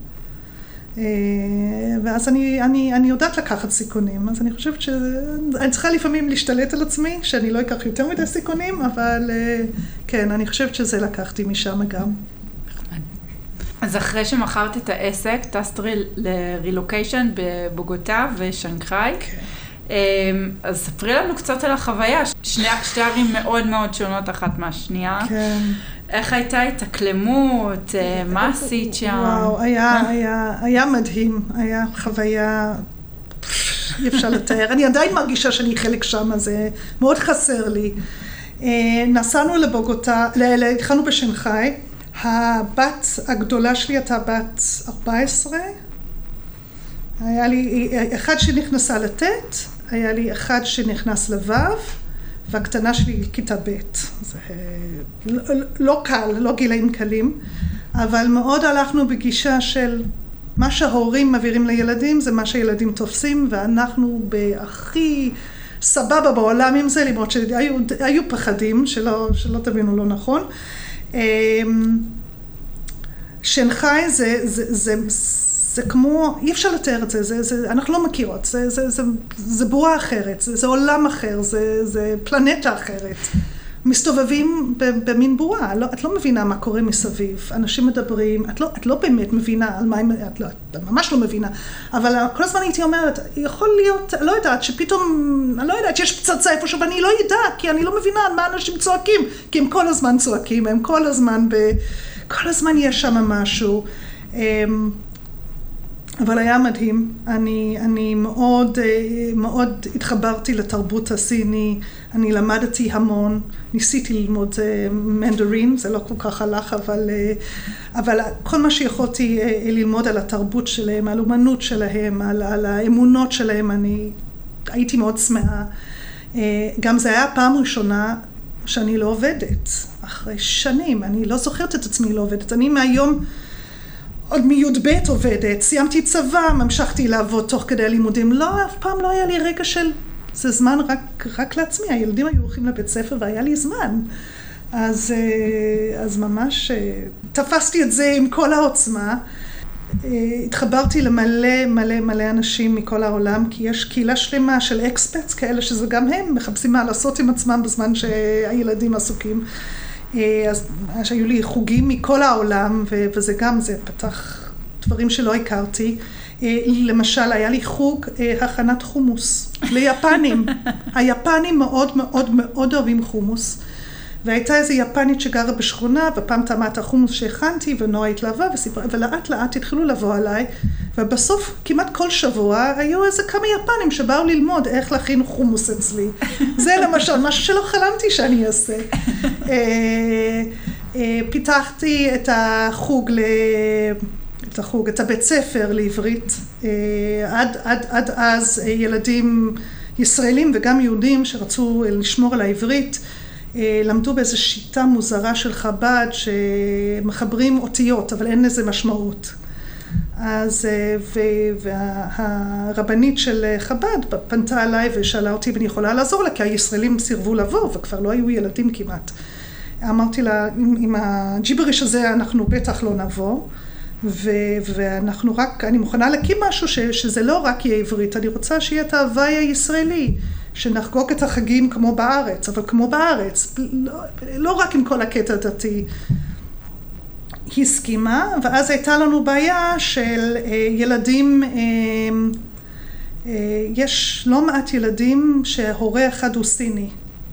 ואז אני יודעת לקחת סיכונים, אז אני חושבת שאני צריכה לפעמים להשתלט על עצמי, שאני לא אקח יותר מדי סיכונים, אבל כן, אני חושבת שזה לקחתי משם גם. אז אחרי שמכרת את העסק, טסת לרילוקיישן בבוגוטה ושנגחאי. אז ספרי לנו קצת על החוויה. שתי ערים מאוד מאוד שונות אחת מהשנייה. כן. איך הייתה התאקלמות? מה עשית שם? וואו, היה מדהים, היה חוויה, אי אפשר לתאר. אני עדיין מרגישה שאני חלק שם, זה מאוד חסר לי. נסענו לבוגוטה, התחלנו בשנגחאי, הבת הגדולה שלי הייתה בת 14, היה לי אחד שנכנסה לתת, היה לי אחד שנכנס לוו, והקטנה שלי כיתה ב'. זה לא קל, לא גילאים קלים, אבל מאוד הלכנו בגישה של מה שההורים מעבירים לילדים, זה מה שהילדים תופסים, ואנחנו בהכי סבבה בעולם עם זה, למרות שהיו פחדים, שלא תבינו לא נכון. שנגחאי זה כמו, אי אפשר לתאר את זה, אנחנו לא מכירות, זה בועה אחרת, זה עולם אחר, זה פלנטה אחרת. מסתובבים במין בועה, את לא מבינה מה קורה מסביב, אנשים מדברים, את לא באמת מבינה על מה, את ממש לא מבינה, אבל כל הזמן הייתי אומרת, יכול להיות, לא יודעת, שפתאום, אני לא יודעת שיש פצצה איפשהו, ואני לא יודע, כי אני לא מבינה על מה אנשים צועקים, כי הם כל הזמן צועקים, הם כל הזמן יש שם משהו. אבל היה מדהים, אני מאוד התחברתי לתרבות הסיני, אני למדתי המון, ניסיתי ללמוד מנדרין, זה לא כל כך הלך, אבל כל מה שיכולתי ללמוד על התרבות שלהם, על אומנות שלהם, על האמונות שלהם, אני הייתי מאוד שמחה. גם זה היה הפעם ראשונה שאני לא עובדת, אחרי שנים, אני לא זוכרת את עצמי לא עובדת, אני מהיום עוד מי"ב עובדת, סיימתי צבא, המשכתי לעבוד תוך כדי הלימודים, לא, אף פעם לא היה לי רגע של, זה זמן רק לעצמי, הילדים היו הולכים לבית ספר והיה לי זמן, אז ממש תפסתי את זה עם כל העוצמה, התחברתי למלא אנשים מכל העולם, כי יש קהילה שלמה של אקספרטס כאלה, שזה גם הם מחפשים מה לעשות עם עצמם בזמן שהילדים עסוקים, אז היו לי חוגים מכל העולם, וזה גם, זה פתח דברים שלא הכרתי. למשל, היה לי חוג הכנת חומוס ליפנים. היפנים מאוד מאוד מאוד אוהבים חומוס. והייתה איזו יפנית שגרה בשכונה, ופעם טעמה את החומוס שהכנתי, ונורא התלהבה, ולאט לאט התחילו לבוא עליי, ובסוף, כמעט כל שבוע, היו איזה כמה יפנים שבאו ללמוד איך להכין חומוס אצלי. זה למשל, משהו שלא חלמתי שאני אעשה. פיתחתי את את הבית ספר לעברית. עד אז ילדים ישראלים וגם יהודים שרצו לשמור על העברית, למדו באיזו שיטה מוזרה של חב"ד שמחברים אותיות, אבל אין לזה משמעות. אז, והרבנית של חב"ד פנתה עליי ושאלה אותי אם אני יכולה לעזור לה, כי הישראלים סירבו לבוא וכבר לא היו ילדים כמעט. אמרתי לה, עם הג'יבריש הזה אנחנו בטח לא נבוא, ואנחנו רק, אני מוכנה להקים משהו שזה לא רק יהיה עברית, אני רוצה שיהיה את ההוואי הישראלי, שנחגוג את החגים כמו בארץ, אבל כמו בארץ, לא רק עם כל הקטע הדתי. היא הסכימה, ואז הייתה לנו בעיה של ילדים, יש לא מעט ילדים שההורה אחד הוא סיני,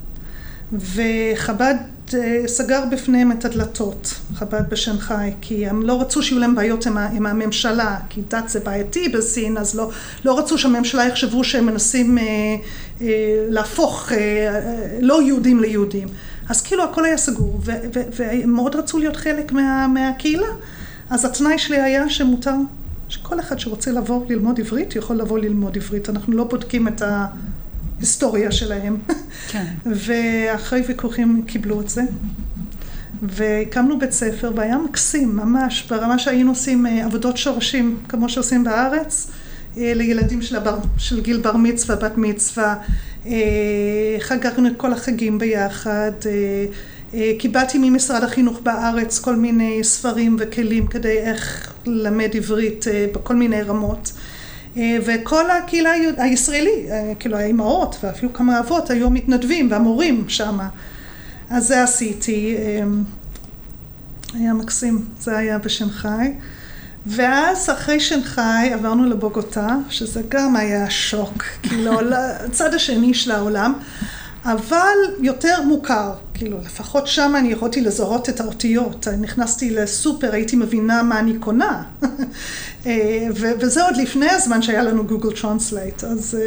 וחב"ד סגר בפניהם את הדלתות, חב"ד בשנגחאי, כי הם לא רצו שיהיו להם בעיות עם הממשלה, כי דת זה בעייתי בסין, אז לא רצו שהממשלה יחשבו שהם מנסים להפוך לא יהודים ליהודים. אז כאילו הכל היה סגור, והם מאוד רצו להיות חלק מהקהילה. אז התנאי שלי היה שמותר, שכל אחד שרוצה לבוא ללמוד עברית, יכול לבוא ללמוד עברית. אנחנו לא בודקים את ההיסטוריה שלהם. כן. ואחרי ויכוחים קיבלו את זה. והקמנו בית ספר, והיה מקסים, ממש, ברמה שהיינו עושים עבודות שורשים, כמו שעושים בארץ, לילדים של גיל בר מצווה, בת מצווה, חגגנו את כל החגים ביחד, קיבלתי ממשרד החינוך בארץ כל מיני ספרים וכלים כדי איך ללמד עברית בכל מיני רמות, וכל הקהילה הישראלי, כאילו האימהות ואפילו כמה אבות היו מתנדבים והמורים שם, אז זה עשיתי, היה מקסים, זה היה בשנגחאי. ואז אחרי שנגחאי עברנו לבוגוטה, שזה גם היה שוק, כאילו לצד השני של העולם, אבל יותר מוכר. כאילו, לפחות שם אני יכולתי לזהות את האותיות. נכנסתי לסופר, הייתי מבינה מה אני קונה. וזה עוד לפני הזמן שהיה לנו גוגל טרנסלייט.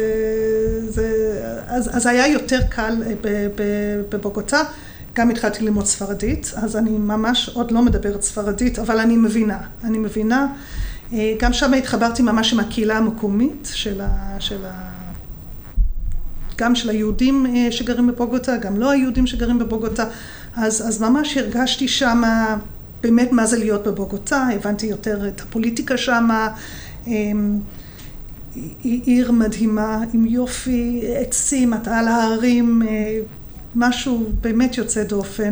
אז היה יותר קל בבוגוטה. גם התחלתי ללמוד ספרדית, אז אני ממש עוד לא מדברת ספרדית, אבל אני מבינה. גם שם התחברתי ממש עם הקהילה המקומית גם של היהודים שגרים בבוגוטה, גם לא היהודים שגרים בבוגוטה, אז ממש הרגשתי שם באמת מה זה להיות בבוגוטה, הבנתי יותר את הפוליטיקה שם, עיר מדהימה עם יופי, עצים, על ההרים, משהו באמת יוצא דופן.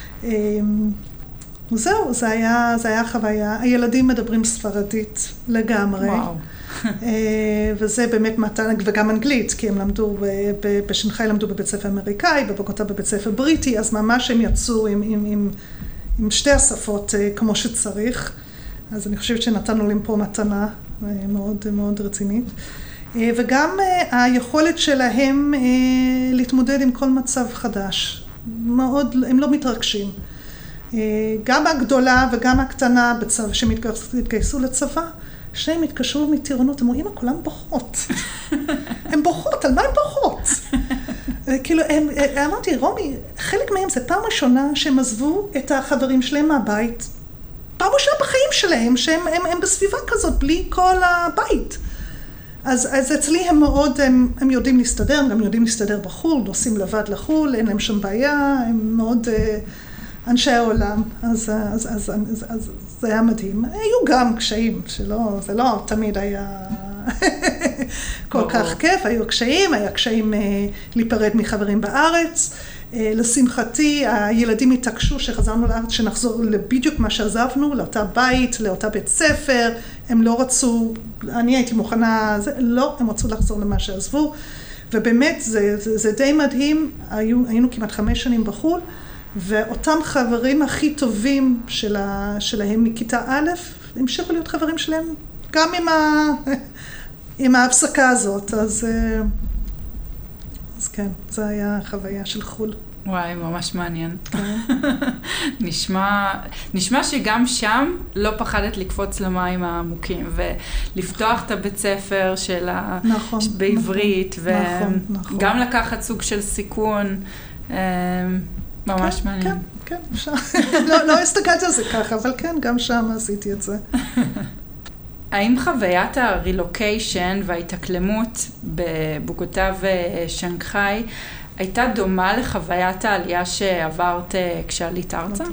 זהו, זה היה חוויה. הילדים מדברים ספרדית לגמרי. וואו. וזה באמת מתנה, וגם אנגלית, כי הם למדו, בשנגחאי למדו בבית ספר אמריקאי, בבוגוטה בבית ספר בריטי, אז ממש הם יצאו עם שתי השפות כמו שצריך. אז אני חושבת שנתנו להם פה מתנה מאוד מאוד רצינית. וגם היכולת שלהם להתמודד עם כל מצב חדש. מאוד, הם לא מתרגשים. גם הגדולה וגם הקטנה שהתגייסו לצבא, שניהם התקשרו מטירונות, הם אומרים, כולם בוכות. הם בוכות, על מה הם בוכות? כאילו, אמרתי, רומי, חלק מהם זה פעם ראשונה שהם עזבו את החברים שלהם מהבית, פעם ראשונה בחיים שלהם, שהם בסביבה כזאת, בלי כל הבית. אז אצלי הם מאוד, הם יודעים להסתדר, הם גם יודעים להסתדר בחול, נוסעים לבד לחול, אין להם שם בעיה, הם מאוד אנשי העולם, אז זה היה מדהים. היו גם קשיים, זה לא תמיד היה כל כך כיף, היו קשיים, היה קשיים להיפרד מחברים בארץ. לשמחתי, הילדים התעקשו שחזרנו לארץ, שנחזור בדיוק מה שעזבנו, לאותה בית, לאותה בית ספר, הם לא רצו, אני הייתי מוכנה, לא, הם רצו לחזור למה שעזבו, ובאמת זה די מדהים, היינו כמעט 5 שנים בחול, ואותם חברים הכי טובים שלהם מכיתה א', המשיכו להיות חברים שלהם, גם עם ההפסקה הזאת, אז כן, זה היה חוויה של חול. וואי, ממש מעניין. נשמע שגם שם לא פחדת לקפוץ למים העמוקים, ולפתוח את הבית ספר שלה בעברית, וגם לקחת סוג של סיכון, ממש מעניין. כן, אפשר. לא הסתכלתי על זה ככה, אבל כן, גם שם עשיתי את זה. האם חוויית הרילוקיישן וההתאקלמות בבוגוטה ושנגחאי הייתה דומה לחוויית העלייה שעברת כשעלית ארצה?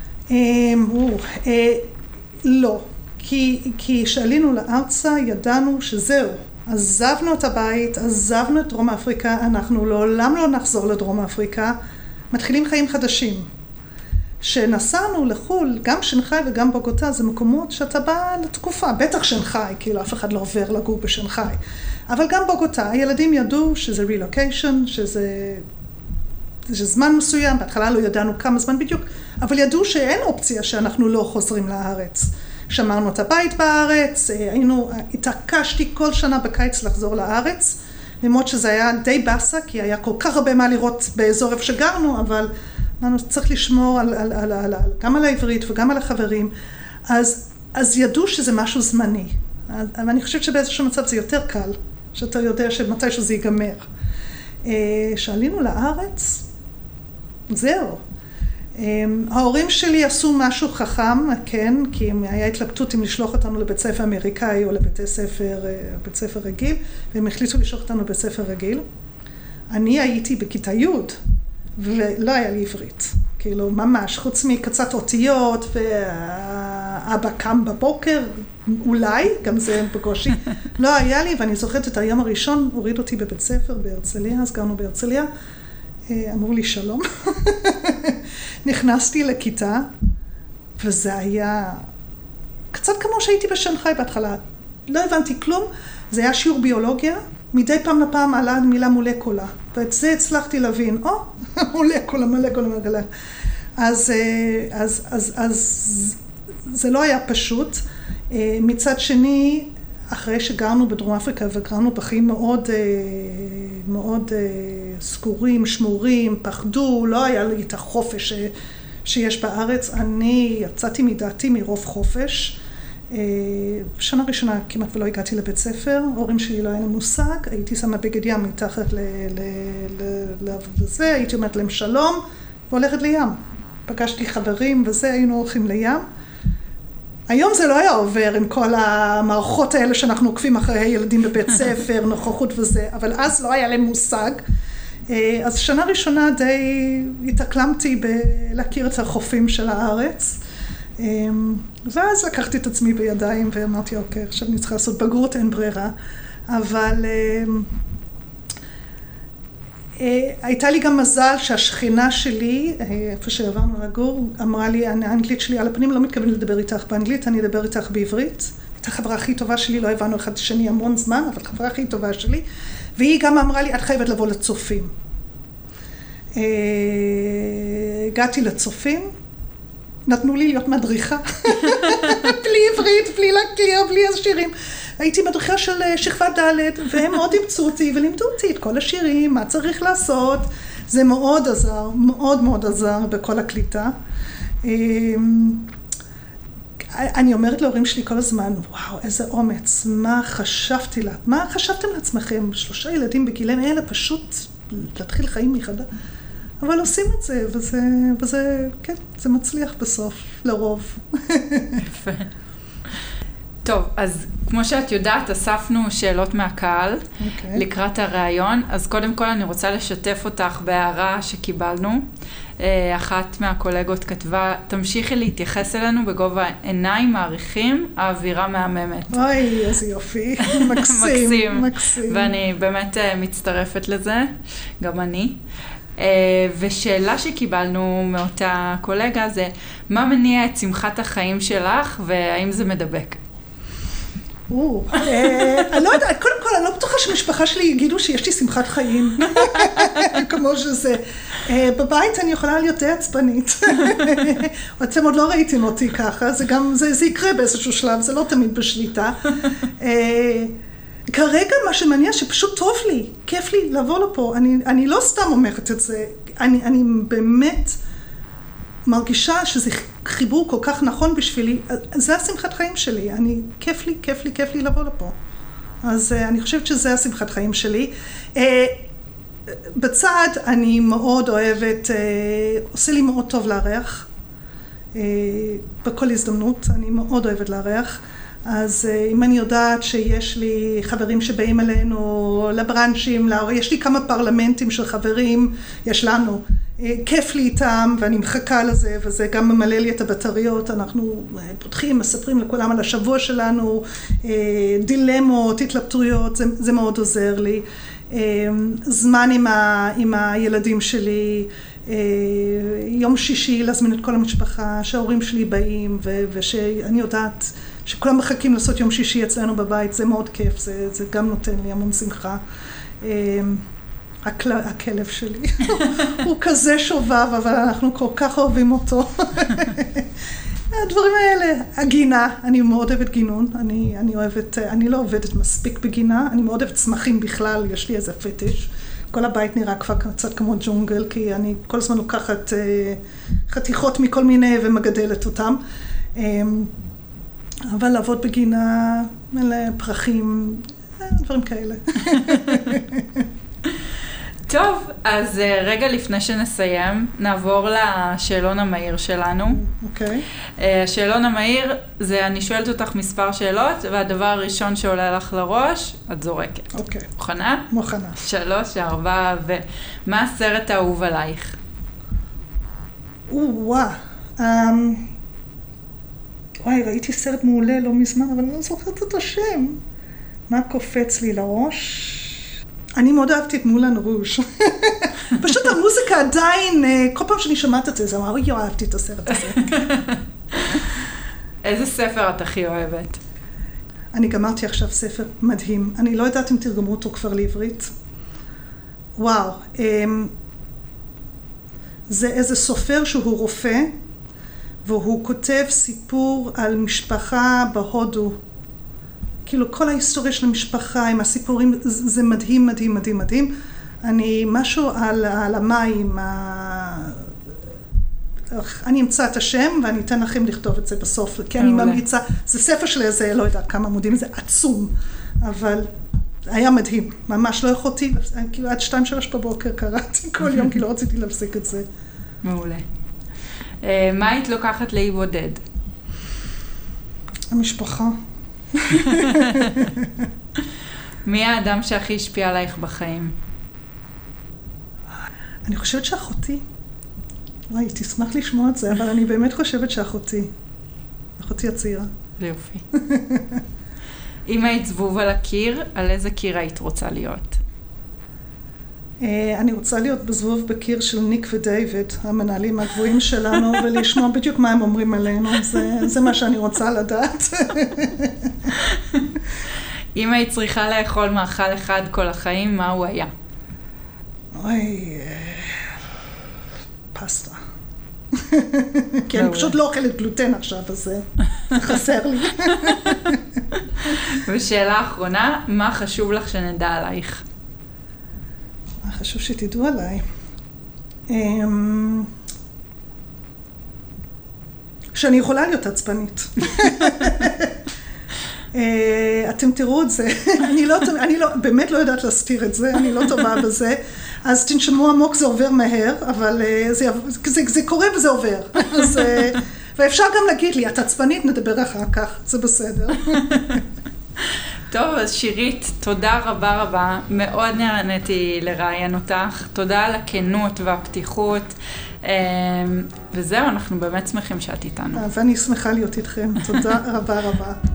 לא, כי כשעלינו לארצה ידענו שזהו, עזבנו את הבית, עזבנו את דרום אפריקה, אנחנו לעולם לא נחזור לדרום אפריקה, מתחילים חיים חדשים. שנסענו לחול, גם שנגחאי וגם בוגוטה, זה מקומות שאתה בא לתקופה, בטח שנגחאי, כאילו אף אחד לא עובר לגור בשנגחאי. אבל גם בוגוטה, הילדים ידעו שזה רילוקיישן, שזה זמן מסוים, בהתחלה לא ידענו כמה זמן בדיוק, אבל ידעו שאין אופציה שאנחנו לא חוזרים לארץ. שמרנו את הבית בארץ, התעקשתי כל שנה בקיץ לחזור לארץ, למרות שזה היה די בסה, כי היה כל כך הרבה מה לראות באזור איפה שגרנו, אבל צריך לשמור גם על העברית וגם על החברים, אז ידעו שזה משהו זמני. אבל אני חושבת שבאיזשהו מצב זה יותר קל, שאתה יודע שמתישהו זה ייגמר. שעלינו לארץ, זהו. ההורים שלי עשו משהו חכם, כן, כי היה התלבטות אם לשלוח אותנו לבית ספר אמריקאי או לבית ספר רגיל, והם החליטו לשלוח אותנו לבית ספר רגיל. אני הייתי בכיתה י' ולא היה לי עברית, כאילו ממש, חוץ מקצת אותיות ואבא קם בבוקר, אולי, גם זה בקושי, לא היה לי, ואני זוכרת את היום הראשון, הוריד אותי בבית ספר בהרצליה, אז גרנו בהרצליה, אמרו לי שלום, נכנסתי לכיתה, וזה היה קצת כמו שהייתי בשנגחאי בהתחלה, לא הבנתי כלום, זה היה שיעור ביולוגיה, מדי פעם לפעם עלה מילה מולקולה, ואת זה הצלחתי להבין, מולקולה. אז זה לא היה פשוט. מצד שני, אחרי שגרנו בדרום אפריקה וגרנו בחיים מאוד מאוד סגורים, שמורים, פחדו, לא היה לי את החופש שיש בארץ. אני יצאתי מדעתי מרוב חופש. שנה ראשונה כמעט ולא הגעתי לבית ספר, ההורים שלי לא היה להם מושג, הייתי שמה בגד ים מתחת לזה, הייתי אומרת להם שלום, והולכת לים. פגשתי חברים וזה, היינו הולכים לים. היום זה לא היה עובר עם כל המערכות האלה שאנחנו עוקבים אחרי הילדים בבית ספר, נוכחות וזה, אבל אז לא היה להם מושג. אז שנה ראשונה די התאקלמתי בלהכיר את החופים של הארץ. ואז לקחתי את עצמי בידיים ואמרתי, אוקיי, עכשיו אני צריכה לעשות בגרות, אין ברירה. אבל הייתה לי גם מזל שהשכנה שלי, איפה שעברנו לגור, אמרה לי, האנגלית שלי על הפנים, לא מתכוון לדבר איתך באנגלית, אני אדבר איתך בעברית. את החברה הכי טובה שלי, לא הבנו אחד שני המון זמן, אבל החברה הכי טובה שלי. והיא גם אמרה לי, את חייבת לבוא לצופים. הגעתי לצופים, נתנו לי להיות מדריכה, בלי עברית, בלי להכיר, בלי השירים. הייתי מדריכה של שכבת ד' והם מאוד אימצו אותי ולימדו אותי את כל השירים, מה צריך לעשות. זה מאוד עזר, מאוד מאוד עזר בכל הקליטה. אני אומרת להורים שלי כל הזמן, וואו, איזה אומץ, מה חשבתם לעצמכם? 3 ילדים בגילאים האלה, פשוט להתחיל חיים מחדש. אבל עושים את זה, וזה, כן, זה מצליח בסוף, לרוב. יפה. טוב, אז כמו שאת יודעת, אספנו שאלות מהקהל לקראת הרעיון, אז קודם כל אני רוצה לשתף אותך בהערה שקיבלנו. אחת מהקולגות כתבה, תמשיכי להתייחס אלינו בגובה עיניים מעריכים, האווירה מהממת. אוי, איזה יופי, מקסים, מקסים. ואני באמת מצטרפת לזה, גם אני. ושאלה שקיבלנו מאותה קולגה זה, מה מניע את שמחת החיים שלך והאם זה מדבק? אני לא יודעת, קודם כל, אני לא בטוחה שמשפחה שלי יגידו שיש לי שמחת חיים, כמו שזה. בבית אני יכולה להיות די עצבנית. אתם עוד לא ראיתם אותי ככה, זה יקרה באיזשהו שלב, זה לא תמיד בשליטה. כרגע מה שמניע שפשוט טוב לי, כיף לי לבוא לפה. אני לא סתם אומרת את זה, אני באמת מרגישה שזה חיבור כל כך נכון בשבילי, זה השמחת חיים שלי, כיף לי לבוא לפה. אז אני חושבת שזה השמחת חיים שלי. בצד אני מאוד אוהבת, עושה לי מאוד טוב לארח, בכל הזדמנות אני מאוד אוהבת לארח. אז אם אני יודעת שיש לי חברים שבאים אלינו לברנצ'ים, יש לי כמה פרלמנטים של חברים, יש לנו, כיף לי איתם ואני מחכה לזה, וזה גם ממלא לי את הבטריות. אנחנו פותחים, מספרים לכולם על השבוע שלנו, דילמות, התלבטויות, זה מאוד עוזר לי. זמן עם הילדים שלי, יום שישי להזמין את כל המשפחה, שההורים שלי באים, ושאני יודעת שכולם מחכים לעשות יום שישי אצלנו בבית, זה מאוד כיף, זה גם נותן לי המון שמחה. הכלב שלי, הוא כזה שובב, אבל אנחנו כל כך אוהבים אותו. הדברים האלה, הגינה, אני מאוד אוהבת גינון, אני לא עובדת מספיק בגינה, אני מאוד אוהבת צמחים בכלל, יש לי איזה פטיש. כל הבית נראה כבר קצת כמו ג'ונגל, כי אני כל הזמן לוקחת חתיכות מכל מיני ומגדלת אותם. אבל לעבוד בגינה, פרחים, דברים כאלה. טוב, אז רגע לפני שנסיים, נעבור לשאלון המהיר שלנו. אוקיי. השאלון המהיר זה, אני שואלת אותך מספר שאלות, והדבר הראשון שעולה לך לראש, את זורקת. אוקיי. מוכנה? מוכנה. 3, 4, מה הסרט האהוב עלייך? וואי, ראיתי סרט מעולה לא מזמן, אבל אני לא זוכרת את השם. מה קופץ לי לראש? אני מאוד אהבתי את מולן רוז'. פשוט המוזיקה עדיין, כל פעם שאני שמעת את זה, אמרה, אוי, אהבתי את הסרט הזה. איזה ספר את הכי אוהבת? אני גמרתי עכשיו ספר מדהים. אני לא יודעת אם תרגמו אותו כבר לעברית. וואו. זה איזה סופר שהוא רופא, והוא כותב סיפור על משפחה בהודו. כאילו כל ההיסטוריה של המשפחה עם הסיפורים, זה מדהים, מדהים, מדהים, מדהים. אני משהו על המים, אני אמצא את השם ואני אתן לכם לכתוב את זה בסוף, כי אני ממליצה, זה ספר של איזה, לא יודעת כמה עמודים, זה עצום, אבל היה מדהים, ממש לא יכולתי, כאילו עד 2-3 בבוקר קראתי כל יום, כי לא רציתי להפסיק את זה. מעולה. מה היית לוקחת לאי בודד? המשפחה. מי האדם שהכי השפיע עלייך בחיים? אני חושבת שאחותי. וואי, תשמח לשמוע את זה, אבל אני באמת חושבת שאחותי. אחותי הצעירה. זה יופי. אם היית זבוב על הקיר, על איזה קיר היית רוצה להיות? אני רוצה להיות בזבוב בקיר של ניק ודייוויד, המנהלים הגבוהים שלנו, ולשמוע בדיוק מה הם אומרים עלינו. זה מה שאני רוצה לדעת. אם היית צריכה לאכול מאכל אחד כל החיים, מה הוא היה? אוי, פסטה. כי אני פשוט לא אוכלת גלוטן עכשיו, אז זה חסר לי. ושאלה אחרונה, מה חשוב לך שנדע עלייך? מה חשוב שתדעו עליי? שאני יכולה להיות עצבנית. אתם תראו את זה, אני באמת לא יודעת להסתיר את זה, אני לא טובה בזה, אז תנשמו עמוק, זה עובר מהר, אבל זה קורה וזה עובר. ואפשר גם להגיד לי, את עצבנית, נדבר אחר כך, זה בסדר. טוב, אז שירית, תודה רבה רבה, מאוד נהניתי לראיין אותך, תודה על הכנות והפתיחות, וזהו, אנחנו באמת שמחים שאת איתנו. ואני שמחה להיות איתכם, תודה רבה רבה.